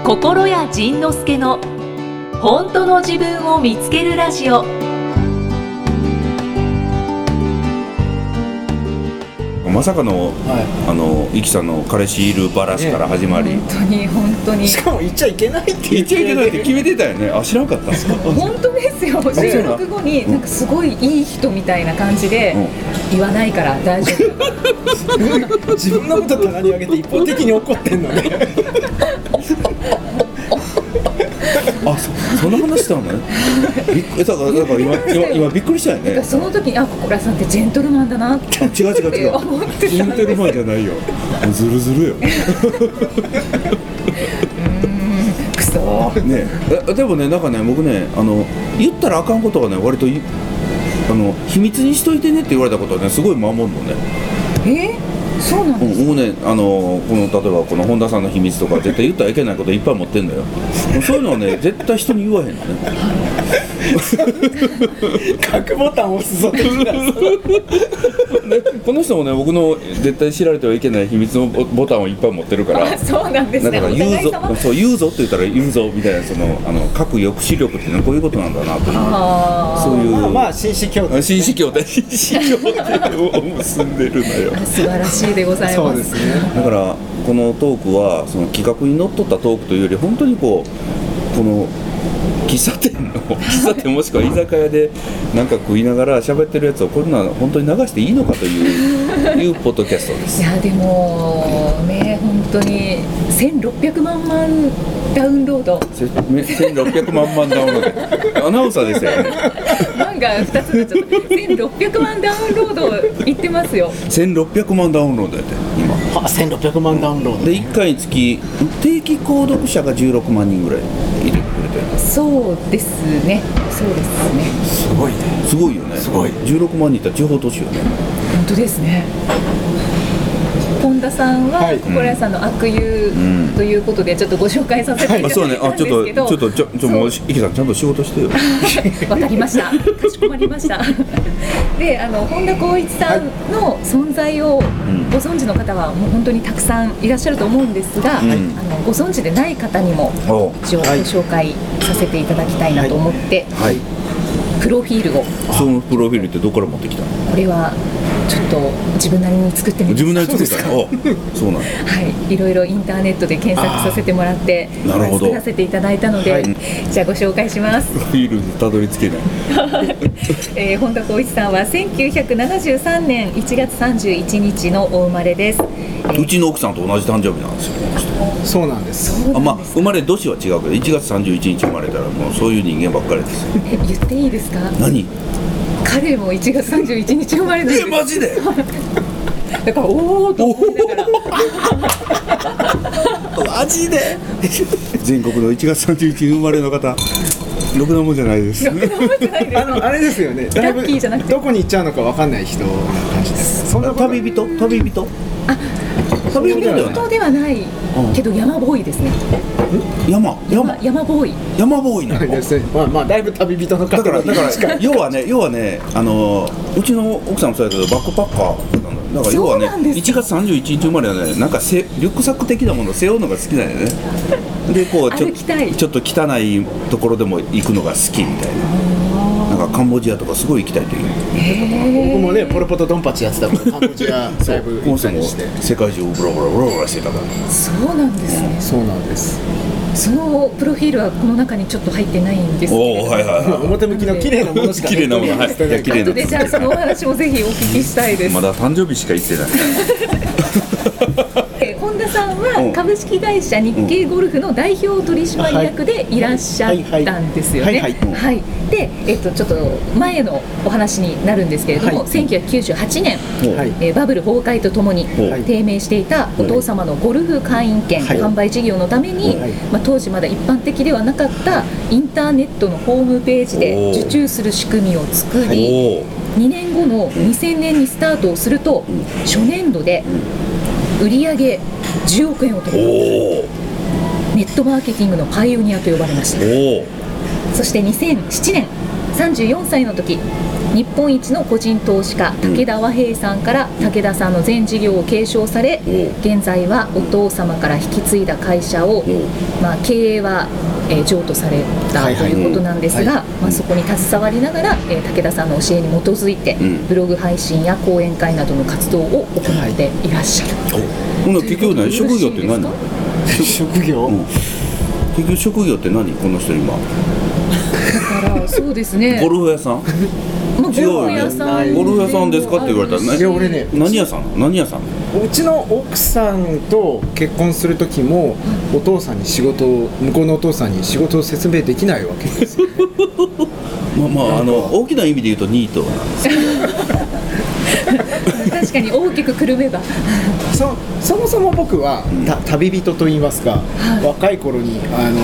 心谷仁之助の本当の自分を見つけるラジオ。 まさかの、イキさんの彼氏いる話から始まり、 本当にしかも言っちゃいけないって言っちゃいけないって決めてたよね。知らんかったんですか。 本当ですよ。収録後になんかすごいいい人みたいな感じで、言わないから大丈夫。 自分のこと棚に上げて一方的に怒ってんのね。 そんな話したのね。だから今びっくりしたよね。 その時に心谷さんってジェントルマンだなって違うジェントルマンじゃないよ。ずるずるよ。 クソね。でもね、なんかね、僕ね、言ったらあかんことがね、割と秘密にしといてねって言われたことはね、すごい守るのね。 そうなんですか。 もうね、例えばこの本田さんの秘密とか絶対言ったらいけないこといっぱい持ってんだよ。そういうのはね、絶対人に言わへんのね。 核ボタン押すぞって言うからこの人もね、僕の絶対知られてはいけない秘密のボタンをいっぱい持ってるから。 そうなんですね。 だから言うぞ、そう言うぞって言ったら言うぞみたいな、核抑止力っていうのはこういうことなんだなという、そういうまあ紳士協定、 紳士協定を結んでるのよ。 素晴らしいでございます。 そうですね。 だからこのトークはその企画にのっとったトークというより、本当にこの喫茶店もしくは居酒屋でなんか食いながら喋ってるやつをこんな本当に流していいのかというポッドキャストです。 いやでもね、本当に1600万ダウンロード、 1600万ダウンロード、アナウンサーですよね。 漫画2つになっちゃった。1600万ダウンロードいってますよ。 1600万ダウンロードやって今。 1600万ダウンロードで1回につき定期購読者が16万人ぐらいいてくれてる。 そうですね。そうですね。 すごいね。 すごいよね。 すごい。 16万人いったら地方都市よね。 本当ですね。本田さんは心谷さんの悪友ということでちょっとご紹介させていただいたんですけど、 ちょっともう池さんちゃんと仕事してよ。 わかりました。かしこまりました。で、本田光一さんの存在をご存知の方はもう本当にたくさんいらっしゃると思うんですが、ご存知でない方にも一応ご紹介させていただきたいなと思って、プロフィールを。 そのプロフィールってどこから持ってきたの？ これはちょっと自分なりに作ってみました。 自分なりに作ったの？そうなんだ。 いろいろインターネットで検索させてもらって作らせていただいたので、じゃあご紹介します。 プロフィールにたどり着けない。 本田光一さんは1973年1月31日のお生まれです。 うちの奥さんと同じ誕生日なんですよ。 そうなんです。 生まれ年は違うけど1月31日生まれたらもうそういう人間ばっかりです。 言っていいですか？ 何？ 彼も1月31日生まれなんです。 マジで？ だからおーと思いながらマジで？全国の1月31日生まれの方、ろくなもんじゃないです。 ろくなもんじゃないです。 あれですよね。 ラッキーじゃなくてどこに行っちゃうのか分かんない人な感じです。そんな旅人？旅人ではないけど山ボーイですね。 山ボーイ。 山ボーイなの。 まあだいぶ旅人の方だから要はねうちの奥さんもそうやけどバックパッカーなんだ。だから要はね1月31日生まれはね、なんかリュックサック的なものを背負うのが好きなんよね。でこうちょっと汚いところでも行くのが好きみたいな。なんかカンボジアとかすごい行きたいという。 僕もねポルポトドンパチやってたからカンボジアだいぶ行ったりして世界中をブラブラしてたから。 そうなんですね。 そうなんです。 そのプロフィールはこの中にちょっと入ってないんですけれども、 表向きの綺麗なものしか綺麗なもの、はい、綺麗な。 でじゃあそのお話もぜひお聞きしたいです。 まだ誕生日しか言ってない。 本田さんは株式会社日経ゴルフの代表取締役でいらっしゃったんですよね。で、ちょっと前のお話になるんですけれども、1998年、バブル崩壊とともに低迷していたお父様のゴルフ会員権販売事業のために、当時まだ一般的ではなかったインターネットのホームページで受注する仕組みを作り、2年後の2000年にスタートをすると、初年度で売上10億円を取り、ネットマーケティングのパイオニアと呼ばれました。そして2007年34歳の時、 日本一の個人投資家武田和平さんから武田さんの全事業を継承され、現在はお父様から引き継いだ会社を、経営は譲渡されたということなんですが、そこに携わりながら、武田さんの教えに基づいて、ブログ配信や講演会などの活動を行っていらっしゃる。 ほな結局何職業って何？ 職業？ 結局職業って何この人今？ だからそうですね。 ゴルフ屋さん？ ゴルフ屋さん。 ゴルフ屋さんですかって言われたらね。 いや俺ね、 何屋さん？何屋さん？ うちの奥さんと結婚する時もお父さんに向こうのお父さんに仕事を説明できないわけですよ、ね。 大きな意味で言うとニートなんですけど。 確かに大きくくるめばそもそも僕は、旅人といいますか、若い頃に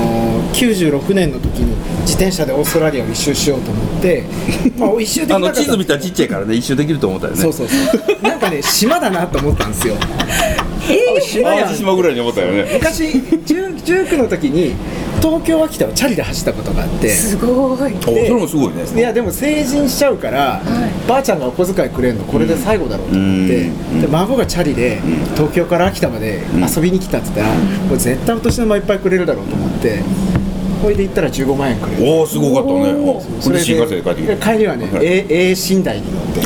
96年の時に自転車でオーストラリアを一周しようと思って一周できなかった地図見たらちっちゃいからね一周できると思ったよね。 そうなんかね島だなと思ったんですよ。 島ぐらいに思ったよね。 昔19の時に東京秋田をチャリで走ったことがあって。 すごい。 それもすごいね。 いやでも成人しちゃうから、ばあちゃんがお小遣いくれるのこれで最後だろうと思って、で孫がチャリで東京から秋田まで遊びに来たって言ったら、これ絶対お年玉いっぱいくれるだろうと思ってこれで行ったら15万円くれる。 おおすごかったね。それで新幹線で帰ってきて、 帰りはね、A 寝台に乗って。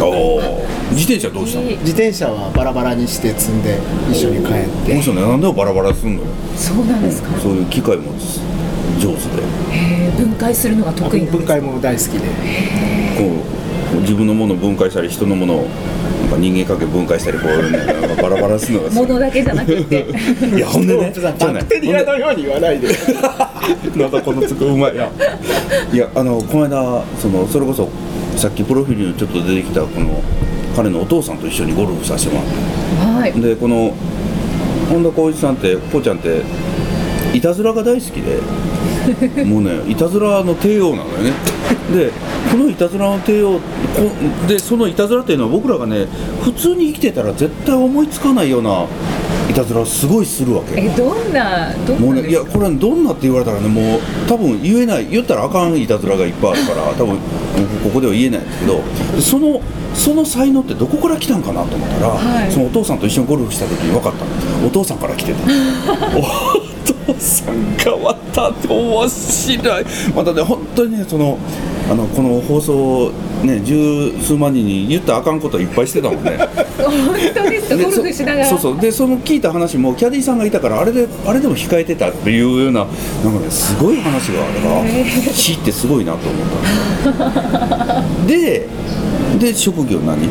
自転車どうしたの？ 自転車はバラバラにして積んで一緒に帰って。 この人ね、なんでもバラバラすんのよ。 そうなんですか。 そういう機械も上手で、 分解するのが得意なんですか？ 分解も大好きで、 こう自分のものを分解したり人のものをなんか人間関係分解したりこう、ね、バラバラするのが物だけじゃなくていやほんでねバクテリアのように言わないでなんかこのつくうまいいやこの間それこそさっきプロフィールにちょっと出てきたこの彼のお父さんと一緒にゴルフさせてもらって、でこの本田光一さんってこうちゃんっていたずらが大好きでもうねいたずらの帝王なのよね。でこのいたずらの帝王でそのいたずらっていうのは僕らがね普通に生きてたら絶対思いつかないようないたずらをすごいするわけ。 どんなもうね、いやこれどんなって言われたらねもう多分言ったらあかんいたずらがいっぱいあるから多分ここでは言えないんですけど、その才能ってどこから来たんかなと思ったら、そのお父さんと一緒にゴルフした時に分かったの。お父さんから来てたお父さんがまた面白い。またね本当にねこの放送ね十数万人に言ったらあかんこといっぱいしてたもんね本当ですか？ゴルフしながら。 そうでその聞いた話もキャディーさんがいたからあれでも控えてたっていうようななんかねすごい話があるから死ってすごいなと思ったで職業何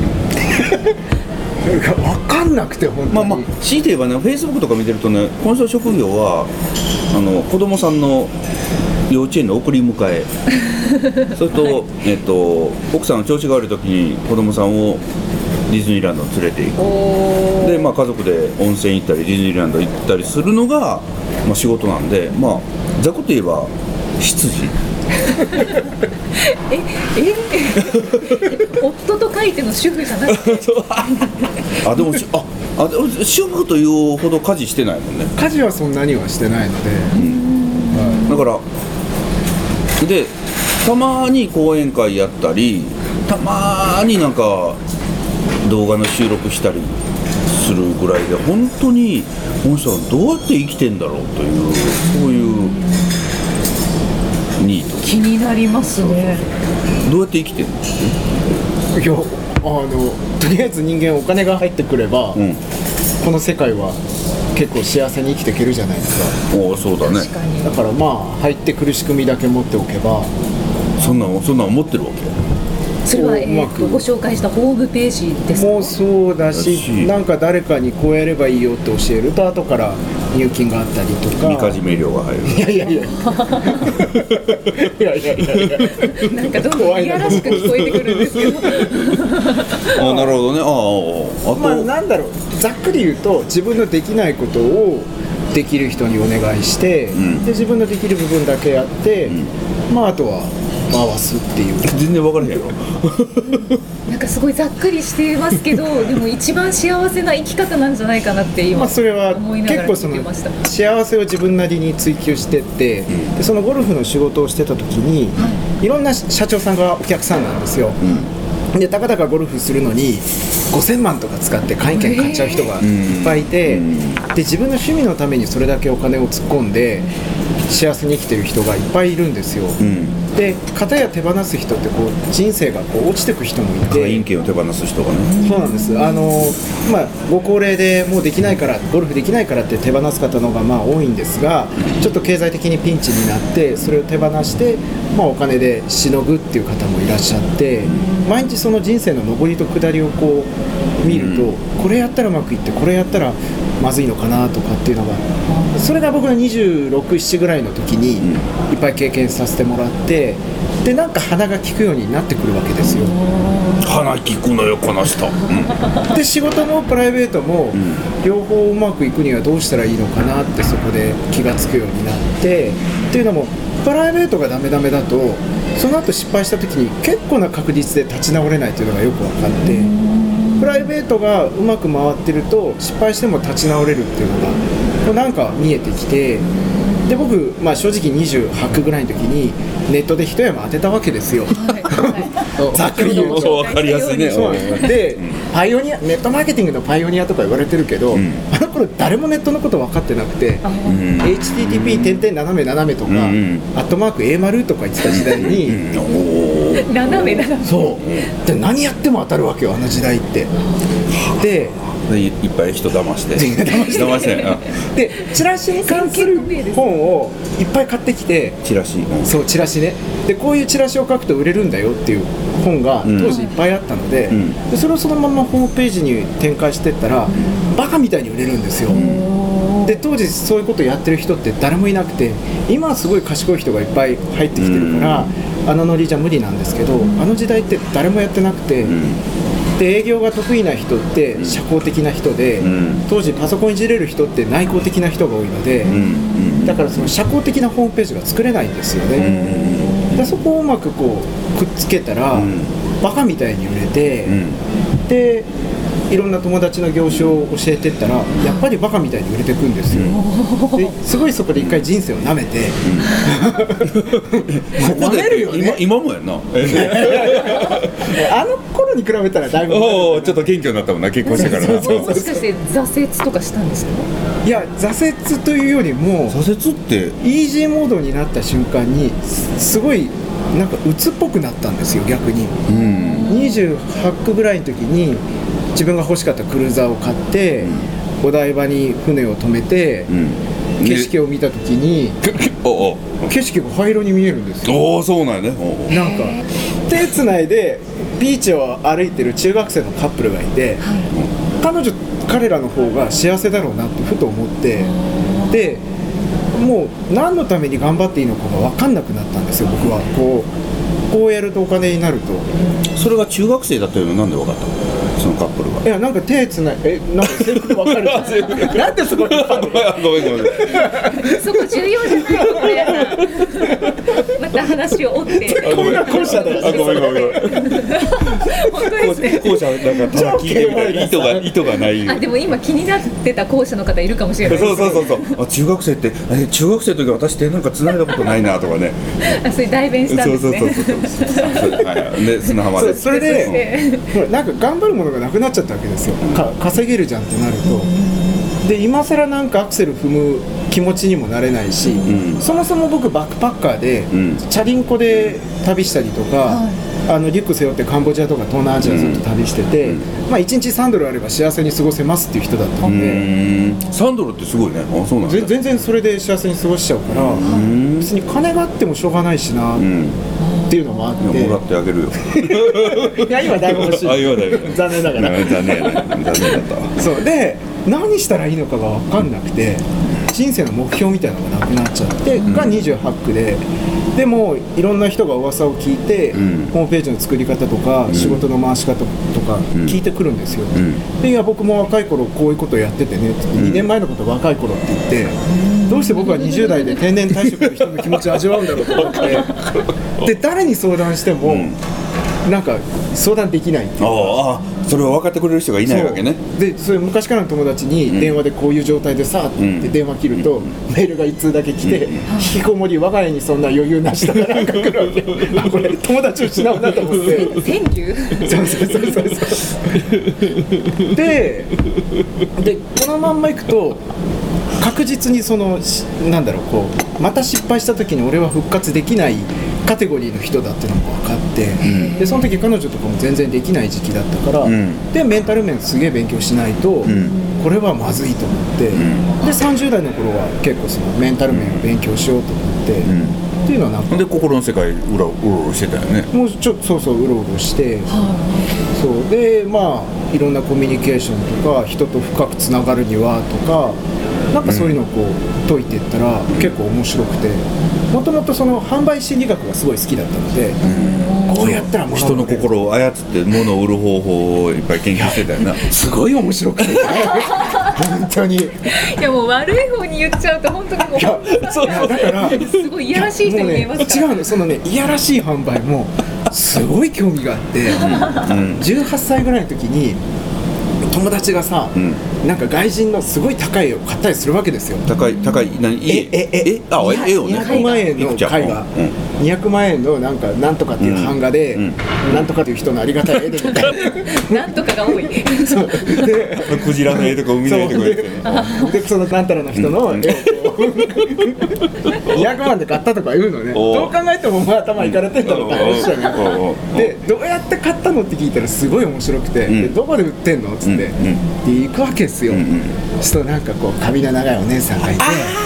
分かんなくて本当に強いて言えばねフェイスブックとか見てるとねこの人の職業は子供さんの幼稚園の送り迎えそれと、奥さんの調子が悪い時に子供さんをディズニーランドに連れて行くで、家族で温泉行ったりディズニーランド行ったりするのが、仕事なんでざこっと言えば執事夫と書いての主婦じゃなくてでも主婦というほど家事してないもんね。 家事はそんなにはしてないので、 だからでたまに講演会やったりたまになんか動画の収録したりするぐらいで本当にこの人はどうやって生きてんだろうというそういうニート気になりますね。 どうやって生きてんの？ いやとりあえず人間お金が入ってくれば、この世界は結構幸せに生きていけるじゃないですか。 そうだね。 だから入ってくる仕組みだけ持っておけばそんなん思ってるわけ。 それは、ご紹介したホームページですか？ もうそうだしなんか誰かにこうやればいいよって教えると後から入金があったりとかみかじめ料が入る。 いやなんかどんどんいやらしく聞こえてくるんですけどなるほどね。 なんだろうざっくり言うと自分のできないことをできる人にお願いして、で自分のできる部分だけやって、あとは回すっていう。 全然分からへんやろなんかすごいざっくりしてますけどでも一番幸せな生き方なんじゃないかなって今それは思いながら聞いてました。 幸せを自分なりに追求してって、でそのゴルフの仕事をしてた時に、いろんな社長さんがお客さんなんですよ、 でたかだかゴルフするのに5000万とか使って会員権買っちゃう人がいっぱいいて、で自分の趣味のためにそれだけお金を突っ込んで幸せに生きてる人がいっぱいいるんですよ、で片や手放す人ってこう人生がこう落ちてく人もいて、 会員権を手放す人がね、 そうなんです。ご高齢でもうできないからゴルフできないからって手放す方の方がまあ多いんですが、ちょっと経済的にピンチになってそれを手放して、お金でしのぐっていう方もいらっしゃって、毎日その人生の上りと下りをこう見ると、これやったらうまくいってこれやったらまずいのかなとかっていうのが、それが僕が26、7ぐらいの時にいっぱい経験させてもらって、でなんか鼻が利くようになってくるわけですよ。 鼻利くのよこの人、 で仕事もプライベートも両方うまくいくにはどうしたらいいのかなってそこで気がつくようになって、っていうのもプライベートがダメだとその後失敗した時に結構な確率で立ち直れないというのがよく分かって、プライベートがうまく回ってると失敗しても立ち直れるっていうのがこうなんか見えてきて、で僕、正直28ぐらいの時にネットで一山当てたわけですよ。ざっくり言うと分かりやすいね。 でパイオニア、ネットマーケティングのパイオニアとか言われてるけど、あの頃誰もネットのこと分かってなくて、HTTP 点々斜め斜めとか、アットマーク A 丸とか言ってた時代に、 斜めそうで何やっても当たるわけよ、あの時代って。でいっぱい人騙して騙してでチラシに関する本をいっぱい買ってきて、 チラシ、 そうチラシね。でこういうチラシを書くと売れるんだよっていう本が当時いっぱいあったので、でそれをそのままホームページに展開していったらバカみたいに売れるんですよ。で当時そういうことやってる人って誰もいなくて、今はすごい賢い人がいっぱい入ってきてるから、あのノリじゃ無理なんですけど、あの時代って誰もやってなくて、で営業が得意な人って社交的な人で、当時パソコンいじれる人って内向的な人が多いので、だからその社交的なホームページが作れないんですよね。でそこをうまくこうくっつけたら、バカみたいに売れて、でいろんな友達の業種を教えてったらやっぱりバカみたいに売れていくんですよ。ですごいそこで一回人生を舐めて舐めるよね。 今もやなあの頃に比べたらだいぶちょっと謙虚になったもんな、結婚してからな。 もしかして挫折とかしたんですか？ いや挫折というよりも挫折ってイージーモードになった瞬間にすごいなんか鬱っぽくなったんですよ、逆に。28区ぐらいの時に自分が欲しかったクルーザーを買って、お台場に船を止めて、景色を見た時に景色が灰色に見えるんですよ。 そうなんやね。 なんか手つないでビーチを歩いてる中学生のカップルがいて、彼らの方が幸せだろうなってふと思って、でもう何のために頑張っていいのかが分かんなくなったんですよ、僕は。こうやるとお金になると。それが中学生だったのなんで分かったの、そのカップルが。 いやなんか手つないなんか制服で分かるなんでそこにごめんそこ重要じゃないのこれまた話を追ってこれが後者だよ。 ごめん本当ですね。 後者なんかただ聞いてみたい、意図がない。 でも今気になってた後者の方いるかもしれないです。 そう中学生って中学生の時私手なんか繋いだことないなとかねそれ代弁したんですね。 で砂浜でそれでなんか頑張るものがなくなっちゃったわけですよ。稼げるじゃんってなると、で今更なんかアクセル踏む気持ちにもなれないし、そもそも僕バックパッカーで、チャリンコで旅したりとか、リュック背負ってカンボジアとか東南アジアずっと旅してて、1日3ドルあれば幸せに過ごせますっていう人だったんで。 3ドルってすごいね。そうなんだ。 全然それで幸せに過ごしちゃうから、別に金があってもしょうがないしなっていうのもあって、 もらってあげるよいや今だいぶ欲しい残念ながら残念だったそうで何したらいいのかが分かんなくて、人生の目標みたいなのがなくなっちゃってが28区で、でもいろんな人が噂を聞いて、ホームページの作り方とか、仕事の回し方とか聞いてくるんですよ。でいや僕も若い頃こういうことをやっててねって、2年前のこと若い頃って言って、どうして僕は20代で定年退職の人の気持ちを味わうんだろうと思ってで誰に相談しても、 なんか相談できないっていうか、 それを分かってくれる人がいないわけね。 でそれ昔からの友達に電話でこういう状態でさって電話切ると、メールが1通だけ来て、引きこもり我が家にそんな余裕なしとかなんか来るわけこれ友達を失うなと思って川柳そうでこのまんまいくと確実にそのなんだろう、こうまた失敗した時に俺は復活できないカテゴリーの人だっていうのも分かって、でその時彼女とかも全然できない時期だったから、でメンタル面すげえ勉強しないと、これはまずいと思って、で30代の頃は結構そのメンタル面を勉強しようと思って、っていうのはなんかで心の世界うろうろしてたよね。 もうちょっとそううろうろして、そうでまあいろんなコミュニケーションとか人と深くつながるにはとかなんかそういうのをこう解いていったら結構面白くて、もともとその販売心理学がすごい好きだったので、こうやったら物人の心を操って物を売る方法をいっぱい研究してたよなすごい面白くて本当にいやもう悪い方に言っちゃうと本当にもうだからすごいいやらしい人に見えますから、 違うの、そのねいやらしい販売もすごい興味があって18歳ぐらいの時に友達がさ、なんか外人のすごい高い絵を買ったりするわけですよ。 高い何絵をね 200万円の絵画、200万円のなんかなんとかっていう版画で、なんとかっていう人のありがたい絵でみたいななんとかが多いそうでクジラの絵とか海の絵とか言ってねでそのなんたらの人の絵を200万で買ったとか言うのね。どう考えてもまあ頭いかれてんだろうって話じゃないでどうやって買ったのって聞いたらすごい面白くて、でどこで売ってんのっつって、で行くわけですよ。そうするとなんかこう髪の長いお姉さんがいて、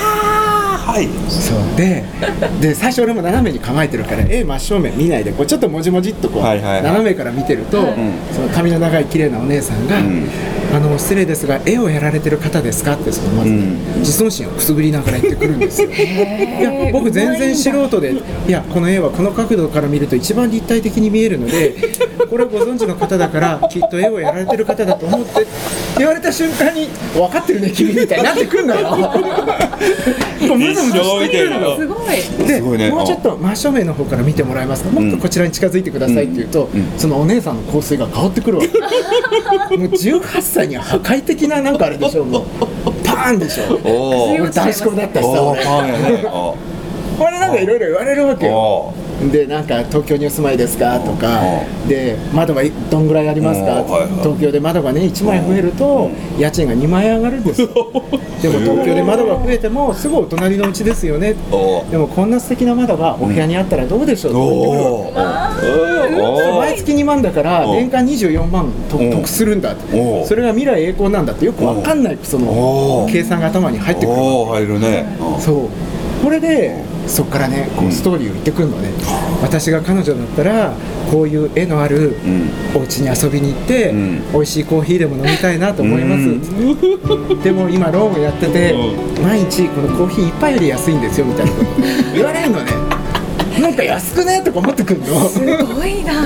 そうで最初俺も斜めに構えてるから真正面見ないでこうちょっともじもじっとこう、斜めから見てると、その髪の長い綺麗なお姉さんが、失礼ですが絵をやられてる方ですかってそのまず、自尊心をくすぐりながら言ってくるんですよ。いや僕全然素人で、いやこの絵はこの角度から見ると一番立体的に見えるのでこれをご存知の方だからきっと絵をやられてる方だと思って言われた瞬間に分かってるね君みたいになってくんのよムズムズしてるのすごいで、 ね、 もうちょっと真正面の方から見てもらえますか、もっとこちらに近づいてくださいって言うと、そのお姉さんの香水が変わってくるわけもう18歳には破壊的ななんかあれでしょ、もうパーンでしょ。俺男子校だったしさ、俺これなんかいろいろ言われるわけよ。でなんか東京にお住まいですかとかで窓がどんぐらいありますか、東京で窓がね1枚増えると家賃が2万円上がるんですよでも東京で窓が増えてもすぐお隣のうちですよね、でもこんな素敵な窓がお部屋にあったらどうでしょうって言って毎月2万だから年間24万得するんだって、それが未来栄光なんだってよく分かんないその計算が頭に入ってくる。 入るね。 そうこれでそこからねこうストーリーを言ってくるのね、私が彼女だったらこういう絵のあるお家に遊びに行って、美味しいコーヒーでも飲みたいなと思います、でも今ローンをやってて、毎日このコーヒー一杯より安いんですよみたいなこと言われるのねなんか安くねとか思ってくるのすごいな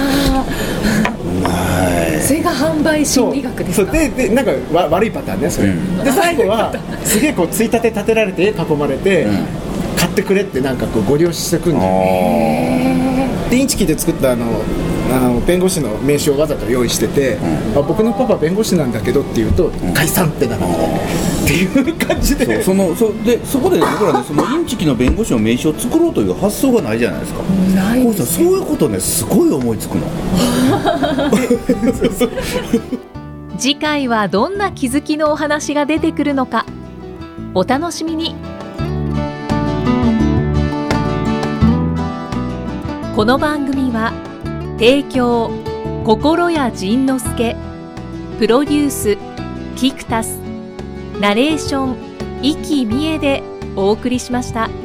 それが販売心理学ですか。 でなんか悪いパターンねそれ、で最後はすげえこうついたて立てられて絵囲まれて、買ってくれってなんかこうご了承してくるんだよね。でインチキで作った弁護士の名刺をわざと用意してて、僕のパパ弁護士なんだけどって言うと解散ってなるっていう感じで、 そこで僕らねそのインチキの弁護士の名刺を作ろうという発想がないじゃないですか。 ないですね。 そういうことねすごい思いつくの次回はどんな気づきのお話が出てくるのかお楽しみに。この番組は提供心谷仁之助、プロデュースキクタス、ナレーション生きみえでお送りしました。